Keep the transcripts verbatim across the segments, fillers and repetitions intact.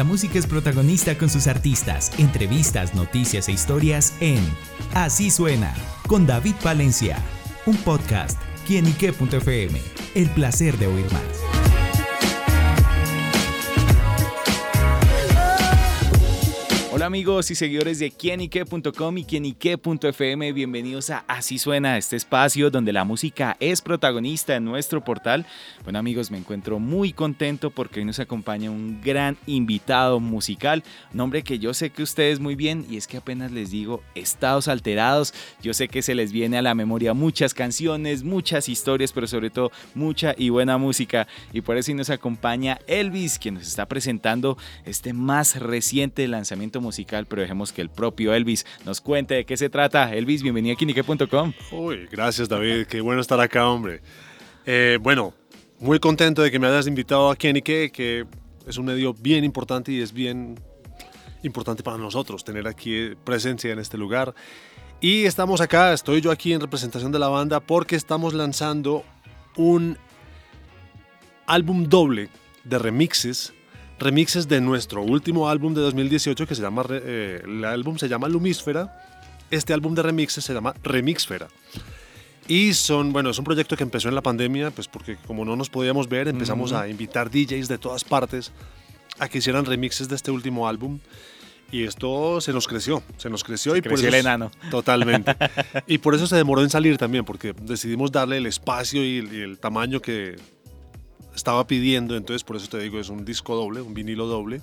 La música es protagonista con sus artistas, entrevistas, noticias e historias en Así Suena, con David Valencia, un podcast, quienique punto efe eme, el placer de oír más. Hola amigos y seguidores de quienique punto com y quienique punto efe eme, bienvenidos a Así Suena, este espacio donde la música es protagonista en nuestro portal. Bueno amigos, me encuentro muy contento porque hoy nos acompaña un gran invitado musical, un hombre que yo sé que ustedes muy bien, y es que apenas les digo Estados Alterados, yo sé que se les viene a la memoria muchas canciones, muchas historias, pero sobre todo mucha y buena música, y por eso hoy nos acompaña Elvis, quien nos está presentando este más reciente lanzamiento musical. musical, pero dejemos que el propio Elvis nos cuente de qué se trata. Elvis, bienvenido a quienique punto com. Uy, gracias David, qué bueno estar acá, hombre. Eh, bueno, muy contento de que me hayas invitado a Quienique, que es un medio bien importante y es bien importante para nosotros tener aquí presencia en este lugar. Y estamos acá, estoy yo aquí en representación de la banda porque estamos lanzando un álbum doble de remixes remixes de nuestro último álbum de dos mil dieciocho que se llama, eh, el álbum se llama Lumisfera. Este álbum de remixes se llama Remixfera. Y son, bueno, es un proyecto que empezó en la pandemia, pues porque como no nos podíamos ver, empezamos uh-huh. a invitar D Js de todas partes a que hicieran remixes de este último álbum. Y esto se nos creció, se nos creció. Se y creció por eso el enano. Totalmente. Y por eso se demoró en salir también, porque decidimos darle el espacio y el, y el tamaño que estaba pidiendo, entonces por eso te digo, es un disco doble, un vinilo doble.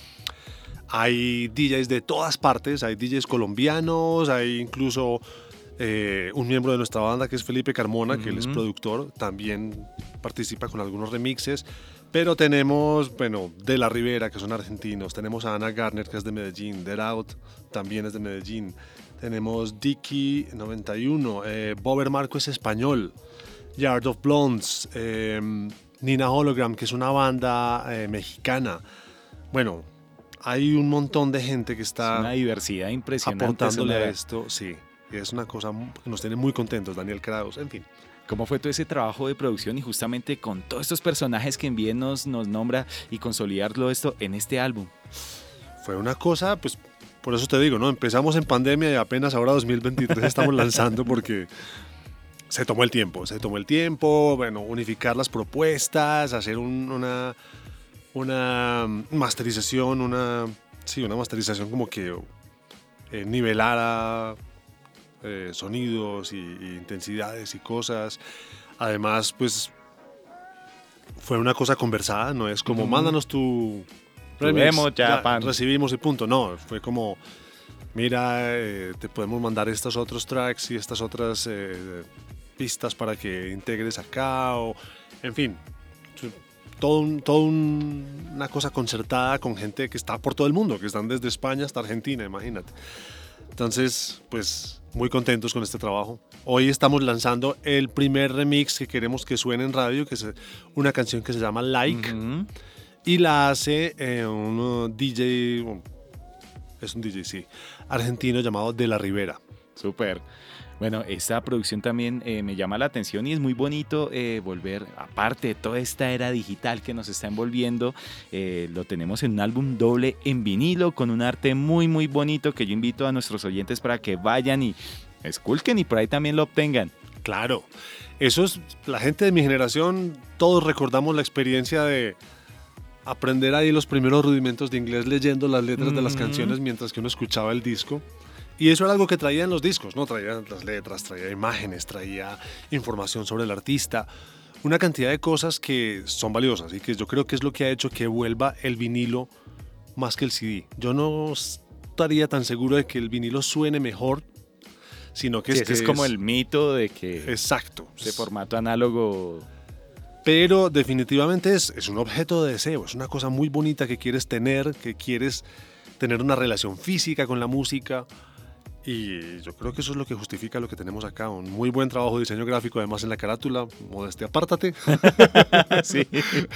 Hay D Js de todas partes, hay D Js colombianos, hay incluso eh, un miembro de nuestra banda que es Felipe Carmona, uh-huh. que él es productor, también participa con algunos remixes, pero tenemos, bueno, De La Rivera, que son argentinos, tenemos a Ana Garner, que es de Medellín, Dead Out, también es de Medellín, tenemos Dicky noventa y uno, eh, Bober Marco es español, Yard of Blondes, eh, Nina Hologram, que es una banda eh, mexicana. Bueno, hay un montón de gente que está... Es una diversidad impresionante. Aportándole a esto, sí. Es una cosa que nos tiene muy contentos, Daniel Kraus, en fin. ¿Cómo fue todo ese trabajo de producción y justamente con todos estos personajes que bien nos, nos nombra y consolidarlo esto en este álbum? Fue una cosa, pues, por eso te digo, ¿no? Empezamos en pandemia y apenas ahora dos mil veintitrés estamos lanzando porque... Se tomó el tiempo, se tomó el tiempo, bueno, unificar las propuestas, hacer un, una, una masterización, una, sí, una masterización como que eh, nivelara eh, sonidos y, y intensidades y cosas. Además, pues, fue una cosa conversada, no es como, mm-hmm. mándanos tu remix, ya, ya recibimos y punto, no, fue como, mira, eh, te podemos mandar estos otros tracks y estas otras... Eh, pistas para que integres acá, o en fin, todo, un, todo un, una cosa concertada con gente que está por todo el mundo, que están desde España hasta Argentina, imagínate. Entonces, pues muy contentos con este trabajo. Hoy estamos lanzando el primer remix que queremos que suene en radio, que es una canción que se llama Like, uh-huh. y la hace eh, un D J, es un D J, sí, argentino llamado De La Rivera. Súper. Bueno, esta producción también eh, me llama la atención y es muy bonito eh, volver, aparte de toda esta era digital que nos está envolviendo, eh, lo tenemos en un álbum doble en vinilo con un arte muy muy bonito que yo invito a nuestros oyentes para que vayan y esculquen y por ahí también lo obtengan. Claro, eso es, la gente de mi generación, todos recordamos la experiencia de aprender ahí los primeros rudimentos de inglés leyendo las letras mm-hmm. de las canciones mientras que uno escuchaba el disco. Y eso era algo que traían los discos, ¿no? Traía las letras, traía imágenes, traía información sobre el artista, una cantidad de cosas que son valiosas y que yo creo que es lo que ha hecho que vuelva el vinilo más que el C D. Yo no estaría tan seguro de que el vinilo suene mejor, sino que sí, es que es como el mito de que exacto, ese formato análogo. Pero definitivamente es, es un objeto de deseo, es una cosa muy bonita que quieres tener, que quieres tener una relación física con la música. Y yo creo que eso es lo que justifica lo que tenemos acá. Un muy buen trabajo de diseño gráfico, además en la carátula. Modestia, apártate. Sí.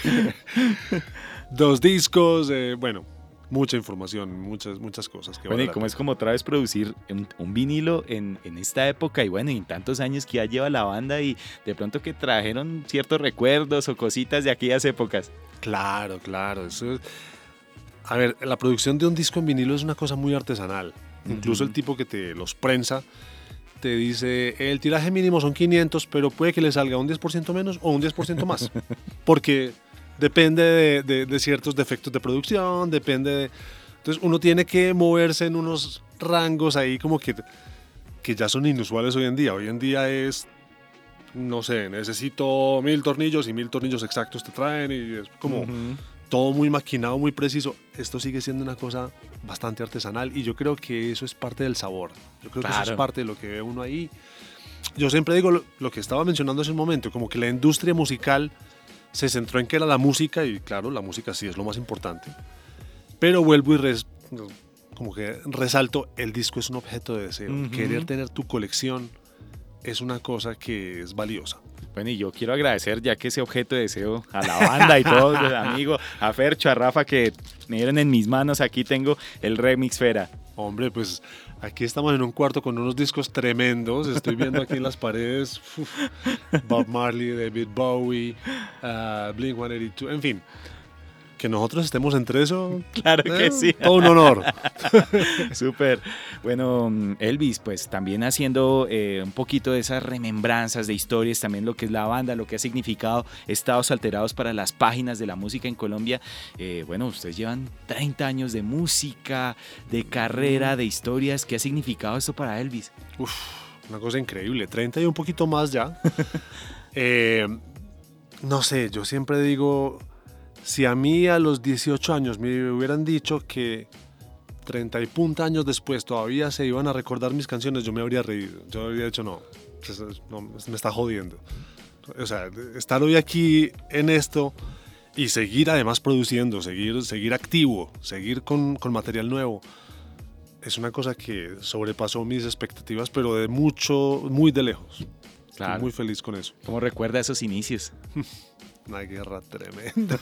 Dos discos, eh, bueno, mucha información, muchas, muchas cosas. Que bueno, y cómo es como otra vez producir un, un vinilo en, en esta época y bueno, en tantos años que ya lleva la banda y de pronto que trajeron ciertos recuerdos o cositas de aquellas épocas. Claro, claro. Eso es... A ver, la producción de un disco en vinilo es una cosa muy artesanal. Uh-huh. Incluso el tipo que te los prensa te dice, el tiraje mínimo son quinientos, pero puede que le salga un diez por ciento menos o un diez por ciento más. Porque depende de, de, de ciertos defectos de producción, depende de... Entonces uno tiene que moverse en unos rangos ahí como que, que ya son inusuales hoy en día. Hoy en día es, no sé, necesito mil tornillos y mil tornillos exactos te traen y es como... Uh-huh. Todo muy maquinado, muy preciso. Esto sigue siendo una cosa bastante artesanal y yo creo que eso es parte del sabor. Yo creo claro. que eso es parte de lo que ve uno ahí. Yo siempre digo lo, lo que estaba mencionando hace un momento, como que la industria musical se centró en que era la música y claro, la música sí es lo más importante. Pero vuelvo y res, como que resalto, el disco es un objeto de deseo. Uh-huh. Querer tener tu colección es una cosa que es valiosa. Bueno, y yo quiero agradecer ya que ese objeto de deseo a la banda y todos los amigos, a Fercho, a Rafa, que me dieron en mis manos. Aquí tengo el Remix Fera. Hombre, pues aquí estamos en un cuarto con unos discos tremendos. Estoy viendo aquí en las paredes uf, Bob Marley, David Bowie, uh, Blink ciento ochenta y dos, en fin. Que nosotros estemos entre eso, claro que eh, sí. Todo un honor. Súper. Bueno, Elvis, pues también haciendo eh, un poquito de esas remembranzas de historias, también lo que es la banda, lo que ha significado Estados Alterados para las páginas de la música en Colombia. Eh, bueno, ustedes llevan treinta años de música, de carrera, de historias. ¿Qué ha significado esto para Elvis? Uf, una cosa increíble. treinta y un poquito más ya. eh, no sé, yo siempre digo... Si a mí a los dieciocho años me hubieran dicho que treinta y punta años después todavía se iban a recordar mis canciones, yo me habría reído. Yo habría dicho, no, no me está jodiendo. O sea, estar hoy aquí en esto y seguir además produciendo, seguir, seguir activo, seguir con, con material nuevo, es una cosa que sobrepasó mis expectativas, pero de mucho, muy de lejos. Claro. Estoy muy feliz con eso. ¿Cómo recuerda esos inicios? Una guerra tremenda.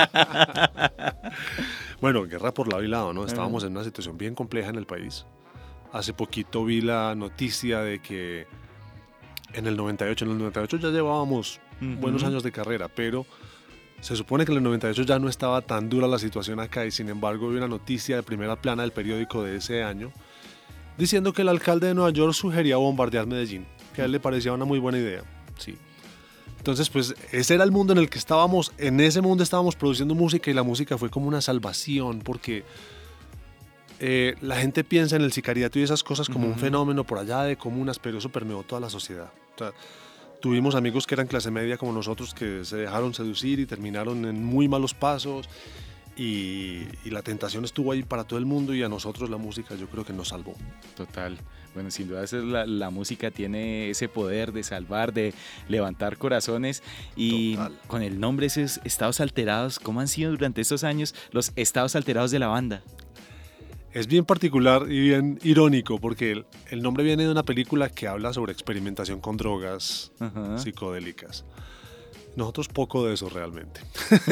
Bueno, guerra por lado y lado, ¿no? Estábamos en una situación bien compleja en el país. Hace poquito vi la noticia de que en el noventa y ocho, en el noventa y ocho ya llevábamos uh-huh. buenos años de carrera, pero se supone que en el noventa y ocho ya no estaba tan dura la situación acá y sin embargo vi una noticia de primera plana del periódico de ese año diciendo que el alcalde de Nueva York sugería bombardear Medellín, que a él le parecía una muy buena idea. Sí. Entonces, pues, ese era el mundo en el que estábamos. En ese mundo estábamos produciendo música y la música fue como una salvación porque eh, la gente piensa en el sicariato y esas cosas como uh-huh. un fenómeno por allá de comunas, pero eso permeó toda la sociedad. O sea, tuvimos amigos que eran clase media como nosotros que se dejaron seducir y terminaron en muy malos pasos y, y la tentación estuvo ahí para todo el mundo y a nosotros la música yo creo que nos salvó. Total. Bueno, sin duda la, la música tiene ese poder de salvar, de levantar corazones y Total. Con el nombre esos Estados Alterados, ¿cómo han sido durante estos años los Estados Alterados de la banda? Es bien particular y bien irónico porque el, el nombre viene de una película que habla sobre experimentación con drogas uh-huh. psicodélicas. Nosotros poco de eso realmente.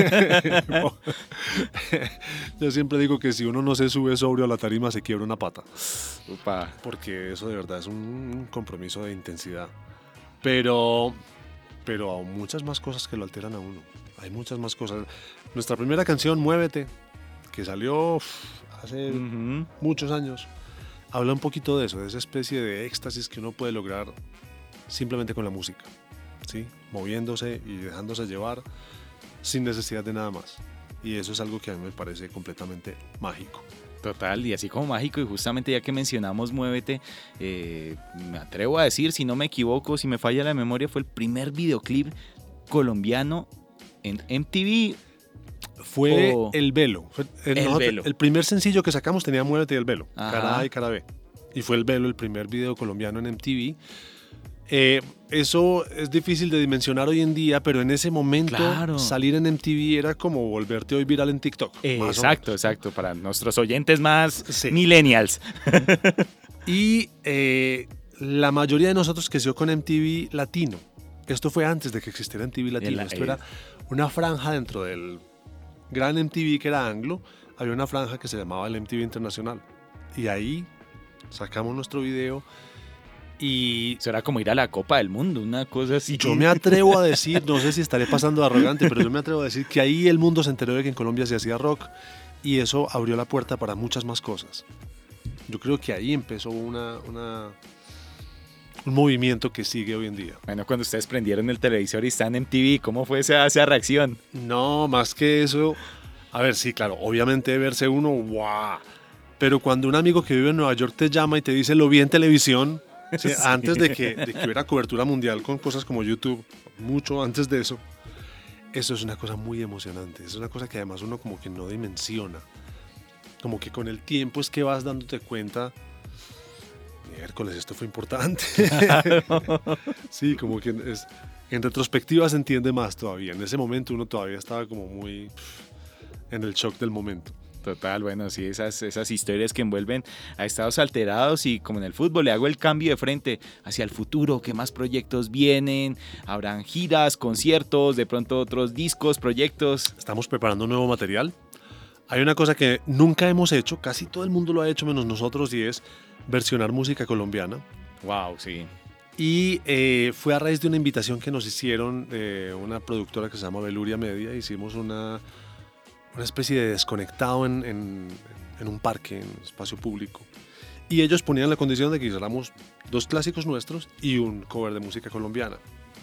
Yo siempre digo que si uno no se sube sobrio a la tarima se quiebra una pata. Upa. Porque eso de verdad es un compromiso de intensidad. Pero, pero hay muchas más cosas que lo alteran a uno. Hay muchas más cosas. Nuestra primera canción, Muévete, que salió uff, hace uh-huh. muchos años, habla un poquito de eso, de esa especie de éxtasis que uno puede lograr simplemente con la música. ¿Sí? Moviéndose y dejándose llevar sin necesidad de nada más. Y eso es algo que a mí me parece completamente mágico. Total, y así como mágico, y justamente ya que mencionamos Muévete, eh, me atrevo a decir, si no me equivoco, si me falla la memoria, fue el primer videoclip colombiano en M T V. Fue o... El Velo. Fue el, el, nosotros, Velo. El primer sencillo que sacamos tenía Muévete y El Velo, Ajá. cara A y cara B. Y fue El Velo el primer video colombiano en M T V. Eh, eso es difícil de dimensionar hoy en día, pero en ese momento claro. salir en M T V era como volverte hoy viral en TikTok. Eh, exacto, exacto, para nuestros oyentes más sí. millennials. Y eh, la mayoría de nosotros creció con M T V Latino. Esto fue antes de que existiera M T V Latino. La, Esto eh. era una franja dentro del gran M T V que era anglo. Había una franja que se llamaba el M T V Internacional. Y ahí sacamos nuestro video. Y eso era como ir a la Copa del Mundo, una cosa así. Yo me atrevo a decir, no sé si estaré pasando de arrogante, pero yo me atrevo a decir que ahí el mundo se enteró de que en Colombia se hacía rock y eso abrió la puerta para muchas más cosas. Yo creo que ahí empezó una, una, un movimiento que sigue hoy en día. Bueno, cuando ustedes prendieron el televisor y están en M T V, ¿cómo fue esa, esa reacción? No, más que eso, a ver, sí, claro, obviamente verse uno, ¡guau! Pero cuando un amigo que vive en Nueva York te llama y te dice, lo vi en televisión, ¿sí? Sí. Antes de que, de que hubiera cobertura mundial con cosas como YouTube, mucho antes de eso, eso es una cosa muy emocionante, es una cosa que además uno como que no dimensiona. Como que con el tiempo es que vas dándote cuenta, miércoles, esto fue importante. Sí, como que es, en retrospectiva se entiende más todavía. En ese momento uno todavía estaba como muy pff, en el shock del momento. Total, bueno, sí, esas, esas historias que envuelven a estados alterados y como en el fútbol, le hago el cambio de frente hacia el futuro, ¿qué más proyectos vienen? ¿Habrán giras, conciertos, de pronto otros discos, proyectos? Estamos preparando un nuevo material. Hay una cosa que nunca hemos hecho, casi todo el mundo lo ha hecho menos nosotros, y es versionar música colombiana. Wow, sí. Y eh, fue a raíz de una invitación que nos hicieron eh, una productora que se llama Veluria Media. Hicimos una, una especie de desconectado en, en, en un parque, en un espacio público. Y ellos ponían la condición de que hiciéramos dos clásicos nuestros y un cover de música colombiana.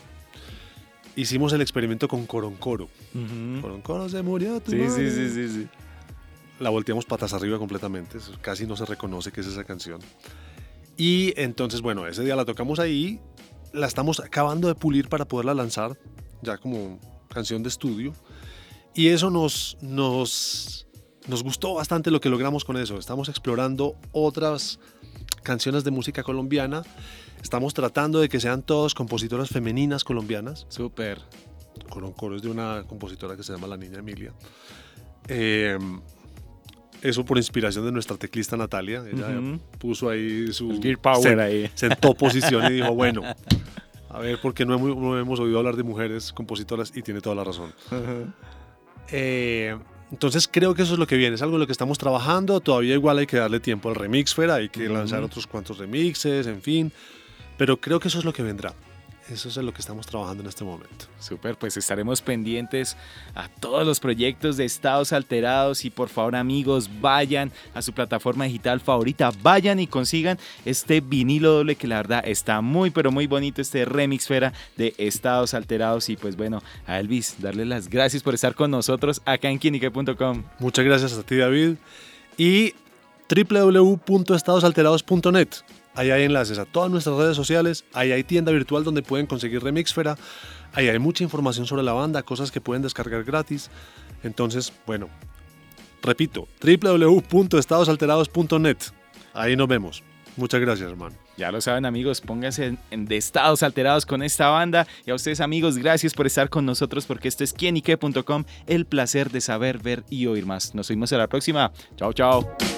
Hicimos el experimento con Coroncoro. Uh-huh. Coroncoro se murió tu sí, madre. sí, sí, sí, sí. La volteamos patas arriba completamente, casi no se reconoce que es esa canción. Y entonces, bueno, ese día la tocamos ahí, la estamos acabando de pulir para poderla lanzar, ya como canción de estudio. Y eso nos, nos, nos gustó bastante lo que logramos con eso. Estamos explorando otras canciones de música colombiana, estamos tratando de que sean todas compositoras femeninas colombianas. Súper. Coroncoro es de una compositora que se llama La Niña Emilia. Eh... Eso por inspiración de nuestra teclista Natalia. Ella uh-huh. puso ahí su... El Gear Power se, ahí. Sentó posición y dijo, bueno, a ver, porque no hemos, no hemos oído hablar de mujeres compositoras, y tiene toda la razón. Uh-huh. Eh, entonces creo que eso es lo que viene, es algo en lo que estamos trabajando. Todavía igual hay que darle tiempo al Remixfer, hay que uh-huh. lanzar otros cuantos remixes, en fin. Pero creo que eso es lo que vendrá. Eso es en lo que estamos trabajando en este momento. Súper, pues estaremos pendientes a todos los proyectos de Estados Alterados y por favor amigos, vayan a su plataforma digital favorita, vayan y consigan este vinilo doble que la verdad está muy pero muy bonito, este Remixfera de Estados Alterados. Y pues bueno, a Elvis, darle las gracias por estar con nosotros acá en quién y qué punto com. Muchas gracias a ti, David, y doble u doble u doble u punto estados alterados punto net. Ahí hay enlaces a todas nuestras redes sociales, ahí hay tienda virtual donde pueden conseguir Remixfera, ahí hay mucha información sobre la banda, cosas que pueden descargar gratis. Entonces, bueno, repito, doble u doble u doble u punto estados alterados punto net. Ahí nos vemos. Muchas gracias, hermano. Ya lo saben amigos, pónganse en, en de Estados Alterados con esta banda. Y a ustedes amigos, gracias por estar con nosotros porque esto es quién y qué punto com, el placer de saber, ver y oír más. Nos vemos en la próxima. Chao, chao.